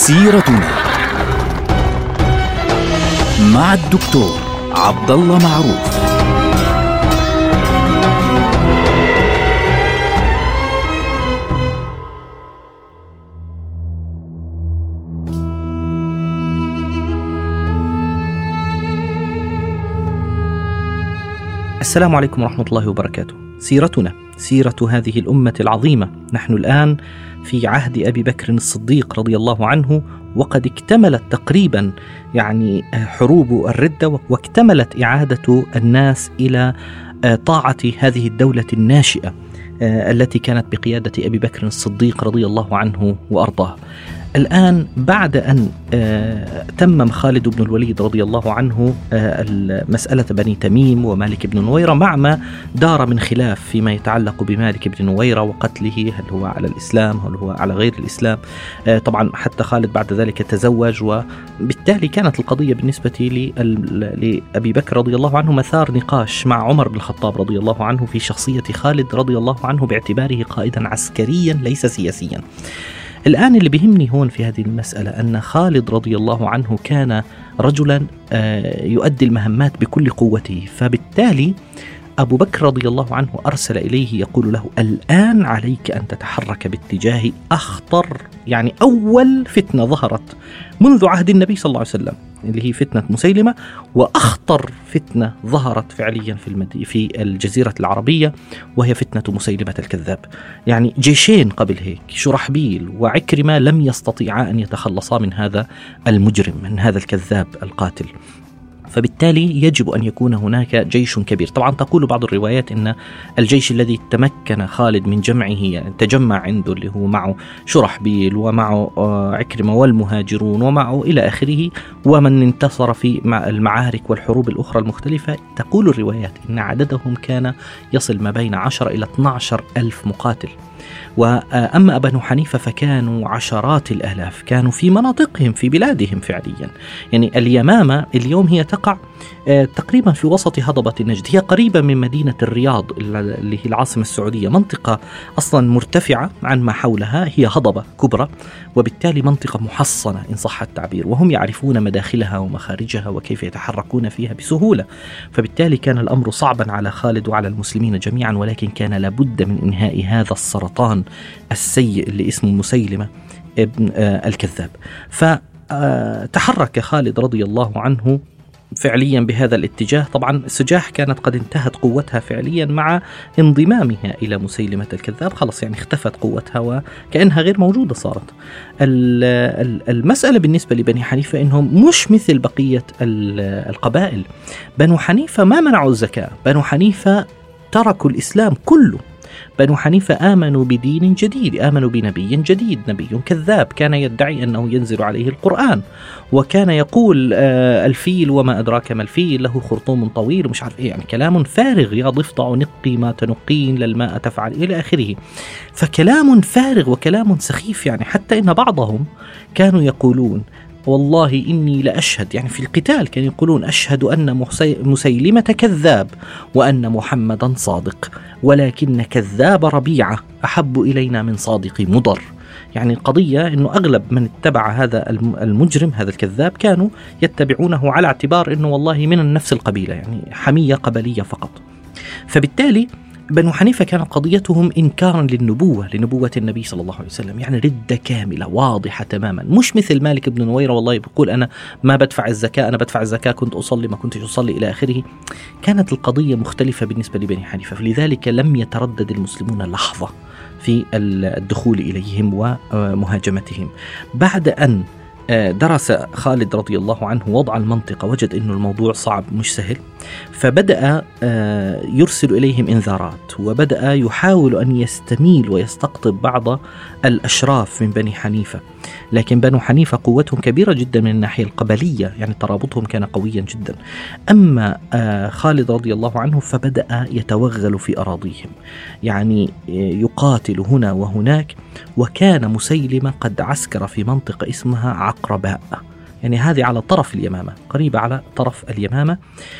سيرتنا مع الدكتور عبد الله معروف. السلام عليكم ورحمة الله وبركاته. سيرتنا سيرة هذه الأمة العظيمة. نحن الآن في عهد أبي بكر الصديق رضي الله عنه، وقد اكتملت تقريبا حروب الردة، واكتملت إعادة الناس إلى طاعة هذه الدولة الناشئة التي كانت بقيادة أبي بكر الصديق رضي الله عنه وأرضاه. الآن بعد أن تمم خالد بن الوليد رضي الله عنه مسألة بني تميم ومالك بن نويرة، مع ما دار من خلاف فيما يتعلق بمالك بن نويرة وقتله، هل هو على الإسلام هل هو على غير الإسلام. طبعا حتى خالد بعد ذلك تزوج، وبالتالي كانت القضية بالنسبة لأبي بكر رضي الله عنه مثار نقاش مع عمر بن الخطاب رضي الله عنه في شخصية خالد رضي الله عنه باعتباره قائدا عسكريا ليس سياسيا. الآن اللي بيهمني هون في هذه المسألة أن خالد رضي الله عنه كان رجلا يؤدي المهمات بكل قوته، فبالتالي أبو بكر رضي الله عنه أرسل إليه يقول له: الآن عليك أن تتحرك باتجاه أخطر، أول فتنة ظهرت منذ عهد النبي صلى الله عليه وسلم، اللي هي فتنة مسيلمة، وأخطر فتنة ظهرت فعليا في الجزيرة العربية، وهي فتنة مسيلمة الكذاب. جيشين قبل هيك، شرحبيل وعكرمة، لم يستطيعا أن يتخلصا من هذا المجرم، من هذا الكذاب القاتل. فبالتالي يجب أن يكون هناك جيش كبير. طبعا تقول بعض الروايات أن الجيش الذي تمكن خالد من جمعه، تجمع عنده، اللي هو معه شرحبيل ومعه عكرمة والمهاجرون ومعه إلى آخره، ومن انتصر في المعارك والحروب الأخرى المختلفة. تقول الروايات أن عددهم كان يصل ما بين 10 إلى 12 ألف مقاتل. وأما بنو حنيفة فكانوا عشرات الآلاف، كانوا في مناطقهم في بلادهم فعليا. اليمامة اليوم هي تقع تقريبا في وسط هضبة النجد، هي قريبة من مدينة الرياض اللي هي العاصمة السعودية، منطقة أصلا مرتفعة عن ما حولها، هي هضبة كبرى، وبالتالي منطقة محصنة إن صح التعبير، وهم يعرفون مداخلها ومخارجها وكيف يتحركون فيها بسهولة. فبالتالي كان الأمر صعبا على خالد وعلى المسلمين جميعا، ولكن كان لابد من إنهاء هذا السرطان السيء اللي اسمه مسيلمة ابن الكذاب. فتحرك خالد رضي الله عنه فعليا بهذا الاتجاه. طبعا السجاح كانت قد انتهت قوتها فعليا مع انضمامها إلى مسيلمة الكذاب، خلص اختفت قوتها وكأنها غير موجودة صارت. المسألة بالنسبة لبني حنيفة إنهم مش مثل بقية القبائل. بنو حنيفة ما منعوا الزكاة، بنو حنيفة تركوا الإسلام كله. بنو حنيفة آمنوا بدين جديد، آمنوا بنبي جديد، نبي كذاب كان يدعي أنه ينزل عليه القرآن، وكان يقول الفيل وما أدراك ما الفيل، له خرطوم طويل ومش عارف إيه، كلام فارغ، يا ضفدع نقي ما تنقين للماء تفعل إلى آخره. فكلام فارغ وكلام سخيف. حتى إن بعضهم كانوا يقولون: والله إني لأشهد، في القتال كانوا يقولون: أشهد أن مسيلمة كذاب وأن محمدا صادق، ولكن كذاب ربيعة أحب إلينا من صادق مضر. القضية أنه أغلب من اتبع هذا المجرم، هذا الكذاب، كانوا يتبعونه على اعتبار أنه والله من نفس القبيلة، حمية قبلية فقط. فبالتالي بنو حنيفة كانت قضيتهم إنكارا لنبوة النبي صلى الله عليه وسلم، ردة كاملة واضحة تماما، مش مثل مالك بن نويرة والله بيقول أنا ما بدفع الزكاة، أنا بدفع الزكاة، كنت أصلي ما كنتش أصلي إلى آخره. كانت القضية مختلفة بالنسبة لبني حنيفة، فلذلك لم يتردد المسلمون لحظة في الدخول إليهم ومهاجمتهم. بعد أن درس خالد رضي الله عنه وضع المنطقة، وجد أنه الموضوع صعب مش سهل، فبدأ يرسل إليهم إنذارات، وبدأ يحاول أن يستميل ويستقطب بعض الأشراف من بني حنيفة. لكن بنو حنيفة قوتهم كبيرة جدا من الناحية القبلية، ترابطهم كان قويا جدا. أما خالد رضي الله عنه فبدأ يتوغل في أراضيهم، يقاتل هنا وهناك. وكان مسيلمة قد عسكر في منطقة اسمها عقرباء، هذه على طرف اليمامة، قريبة على طرف اليمامة،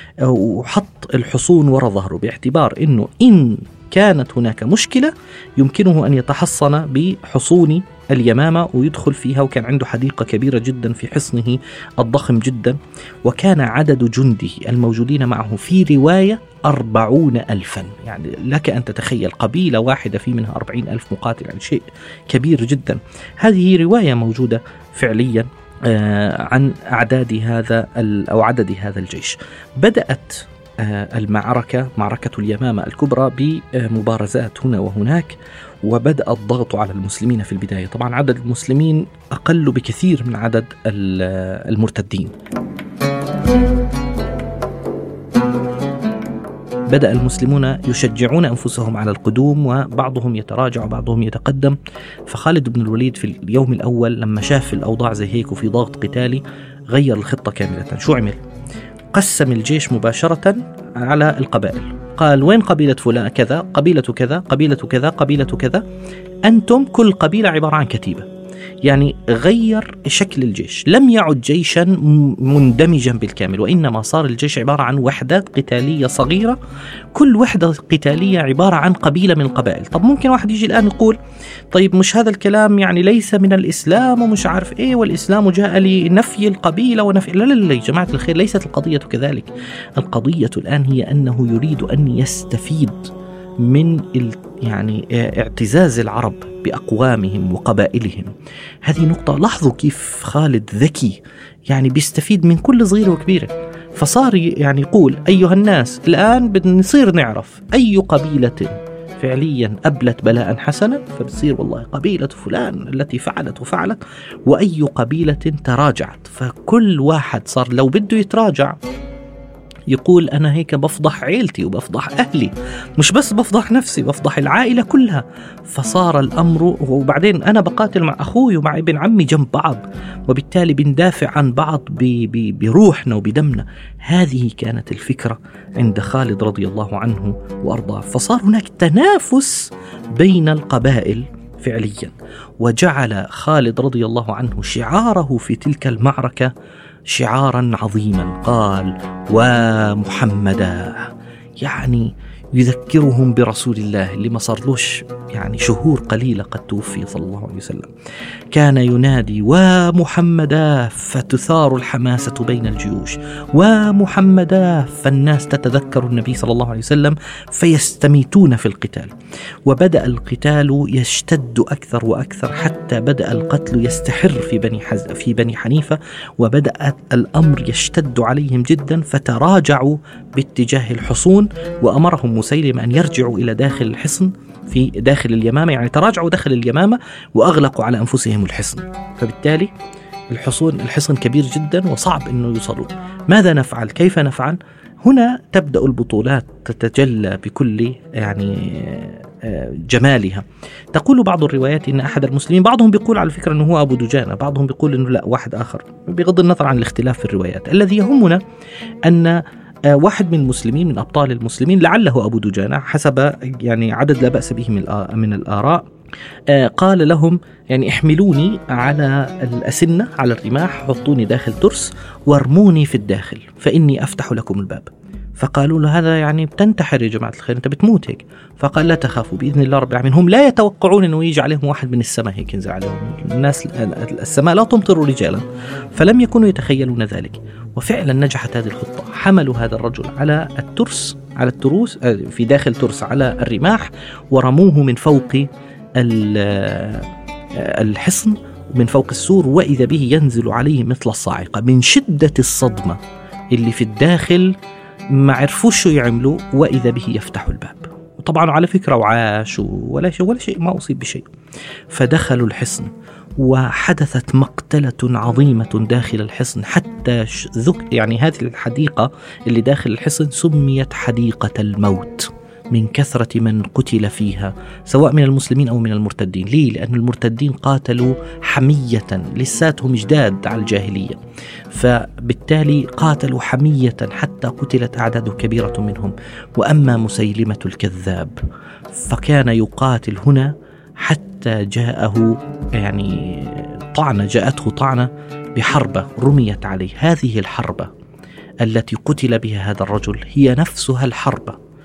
وحط الحصون وراء ظهره، باعتبار أنه إن كانت هناك مشكلة يمكنه أن يتحصن بحصون اليمامة ويدخل فيها، وكان عنده حديقة كبيرة جدا في حصنه الضخم جدا، وكان عدد جنده الموجودين معه في رواية 40,000. يعني لك أن تتخيل قبيلة واحدة في منها 40,000 مقاتل، يعني شيء كبير جدا. هذه رواية موجودة فعليا عن أعداد هذا أو عدد هذا الجيش. بدأت المعركة، معركة اليمامة الكبرى، بمبارزات هنا وهناك، وبدأ الضغط على المسلمين في البداية. طبعا عدد المسلمين أقل بكثير من عدد المرتدين. بدأ المسلمون يشجعون أنفسهم على القدوم، وبعضهم يتراجع وبعضهم يتقدم. فخالد بن الوليد في اليوم الأول لما شاف الأوضاع زي هيك وفي ضغط قتالي غير الخطة كاملة. شو عمل؟ قسم الجيش مباشرة على القبائل. قال وين قبيلة فلان كذا، قبيلة كذا، قبيلة كذا، قبيلة كذا، أنتم كل قبيلة عبارة عن كتيبة. يعني غير شكل الجيش، لم يعد جيشا مندمجا بالكامل، وإنما صار الجيش عبارة عن وحدات قتالية صغيرة، كل وحدة قتالية عبارة عن قبيلة من القبائل. طب ممكن واحد يجي الآن يقول طيب مش هذا الكلام يعني ليس من الإسلام ومش عارف إيه، والإسلام جاء لنفي القبيلة ونفي. لا يا جماعة الخير، ليست القضية كذلك. القضية الآن هي أنه يريد أن يستفيد من يعني اعتزاز العرب بأقوامهم وقبائلهم. هذه نقطة. لاحظوا كيف خالد ذكي، يعني بيستفيد من كل صغيرة وكبيرة. فصار يعني يقول أيها الناس الآن بنصير نعرف أي قبيلة فعليا أبلت بلاء حسنا، فبتصير والله قبيلة فلان التي فعلت وفعلت، وأي قبيلة تراجعت. فكل واحد صار لو بده يتراجع يقول أنا هيك بفضح عيلتي وبفضح أهلي، مش بس بفضح نفسي، بفضح العائلة كلها. فصار الأمر، وبعدين أنا بقاتل مع أخوي ومع ابن عمي جنب بعض، وبالتالي بندافع عن بعض بروحنا وبدمنا. هذه كانت الفكرة عند خالد رضي الله عنه وأرضاه. فصار هناك تنافس بين القبائل فعليا، وجعل خالد رضي الله عنه شعاره في تلك المعركة شعارا عظيما، قال ومحمدا، يعني يذكرهم برسول الله اللي ما صارلوش يعني شهور قليلة قد توفي صلى الله عليه وسلم. كان ينادي ومحمدا، فتثار الحماسة بين الجيوش، ومحمدا، فالناس تتذكر النبي صلى الله عليه وسلم فيستميتون في القتال. وبدأ القتال يشتد أكثر وأكثر، حتى بدأ القتل يستحر في بني حنيفة، وبدأ الأمر يشتد عليهم جدا، فتراجعوا باتجاه الحصون، وأمرهم مسيلمة أن يرجعوا إلى داخل الحصن في داخل اليمامة. يعني تراجعوا داخل اليمامة وأغلقوا على أنفسهم الحصن. فبالتالي الحصن كبير جدا وصعب أنه يوصلوا. ماذا نفعل؟ كيف نفعل؟ هنا تبدأ البطولات تتجلى بكل يعني جمالها. تقول بعض الروايات إن أحد المسلمين، بعضهم بيقول على فكرة أنه هو أبو دجانة، بعضهم بيقول أنه لا واحد آخر، بغض النظر عن الاختلاف في الروايات. الذي يهمنا أن واحد من المسلمين، من أبطال المسلمين، لعله أبو دجانة حسب يعني عدد لا بأس به من الآراء، قال لهم يعني احملوني على الأسنة، على الرماح، حطوني داخل ترس وارموني في الداخل فإني أفتح لكم الباب. فقالوا له هذا يعني بتنتحر يا جماعة الخير، أنت بتموت هيك. فقال لا تخافوا بإذن الله رب العالمين. هم لا يتوقعون أنه يجي عليهم واحد من السماء هيك ينزل عليهم. الناس السماء لا تمطر رجالا، فلم يكونوا يتخيلون ذلك. وفعلا نجحت هذه الخطة. حملوا هذا الرجل على التروس في داخل ترس على الرماح، ورموه من فوق الحصن، من فوق السور، وإذا به ينزل عليه مثل الصاعقة من شدة الصدمة اللي في الداخل. ما عرفوش شو يعملوا، وإذا به يفتح الباب. وطبعا على فكرة وعاش ولا شيء، ما أصيب بشيء. فدخلوا الحصن، وحدثت مقتلة عظيمة داخل الحصن، حتى يعني هذه الحديقة اللي داخل الحصن سميت حديقة الموت من كثرة من قتل فيها، سواء من المسلمين أو من المرتدين. ليه؟ لأن المرتدين قاتلوا حمية، لساتهم جداد على الجاهلية، فبالتالي قاتلوا حمية حتى قتلت أعداد كبيرة منهم. وأما مسيلمة الكذاب فكان يقاتل هنا حتى جاءه يعني جاءته طعنة بحربة رميت عليه. هذه الحربة التي قتل بها هذا الرجل هي نفسها الحربة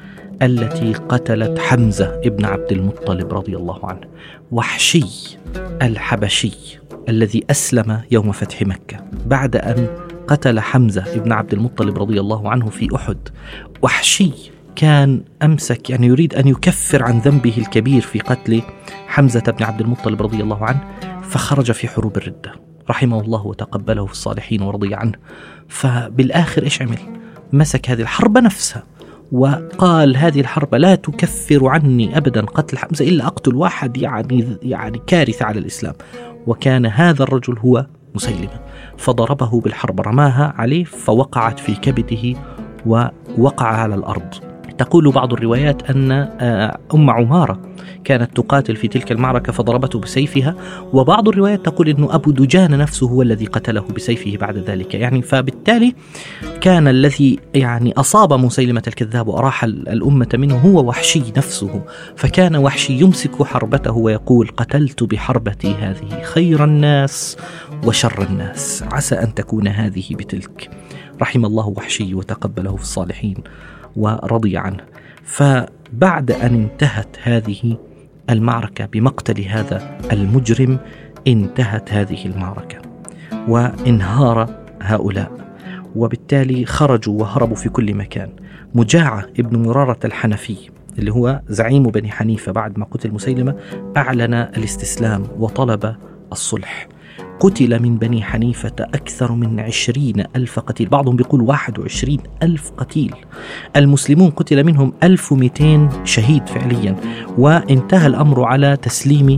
التي قتلت حمزة ابن عبد المطلب رضي الله عنه. وحشي الحبشي الذي أسلم يوم فتح مكة بعد أن قتل حمزة ابن عبد المطلب رضي الله عنه في أحد. وحشي كان أمسك، يعني يريد أن يكفر عن ذنبه الكبير في قتل حمزة بن عبد المطلب رضي الله عنه، فخرج في حروب الردة رحمه الله وتقبله في الصالحين ورضي عنه. فبالآخر إيش عمل؟ مسك هذه الحرب نفسها وقال هذه الحرب لا تكفر عني أبدا قتل حمزة إلا أقتل واحد يعني كارثة على الإسلام، وكان هذا الرجل هو مسيلمة. فضربه بالحرب، رماها عليه فوقعت في كبده ووقع على الأرض. تقول بعض الروايات أن أم عمارة كانت تقاتل في تلك المعركة فضربته بسيفها، وبعض الروايات تقول أن أبو دجان نفسه هو الذي قتله بسيفه بعد ذلك. يعني فبالتالي كان الذي يعني أصاب مسيلمة الكذاب وأراح الأمة منه هو وحشي نفسه. فكان وحشي يمسك حربته ويقول قتلت بحربتي هذه خير الناس وشر الناس، عسى أن تكون هذه بتلك. رحم الله وحشي وتقبله في الصالحين ورضي عنه. فبعد أن انتهت هذه المعركة بمقتل هذا المجرم، انتهت هذه المعركة وانهار هؤلاء، وبالتالي خرجوا وهربوا في كل مكان. مجاعة ابن مرارة الحنفي اللي هو زعيم بني حنيفة بعد ما قتل مسيلمة أعلن الاستسلام وطلب الصلح. قتل من بني حنيفة أكثر من 20,000 قتيل، بعضهم بيقول 21,000 قتيل. المسلمون قتل منهم 1200 شهيد فعليا، وانتهى الأمر على تسليم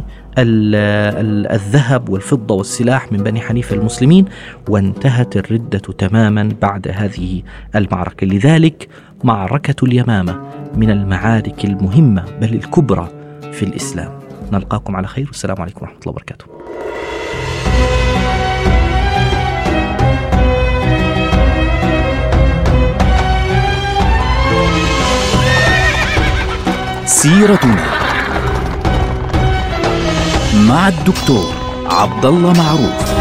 الذهب والفضة والسلاح من بني حنيفة المسلمين، وانتهت الردة تماما بعد هذه المعركة. لذلك معركة اليمامة من المعارك المهمة بل الكبرى في الإسلام. نلقاكم على خير، والسلام عليكم ورحمة الله وبركاته. سيرتنا مع الدكتور عبد الله معروف.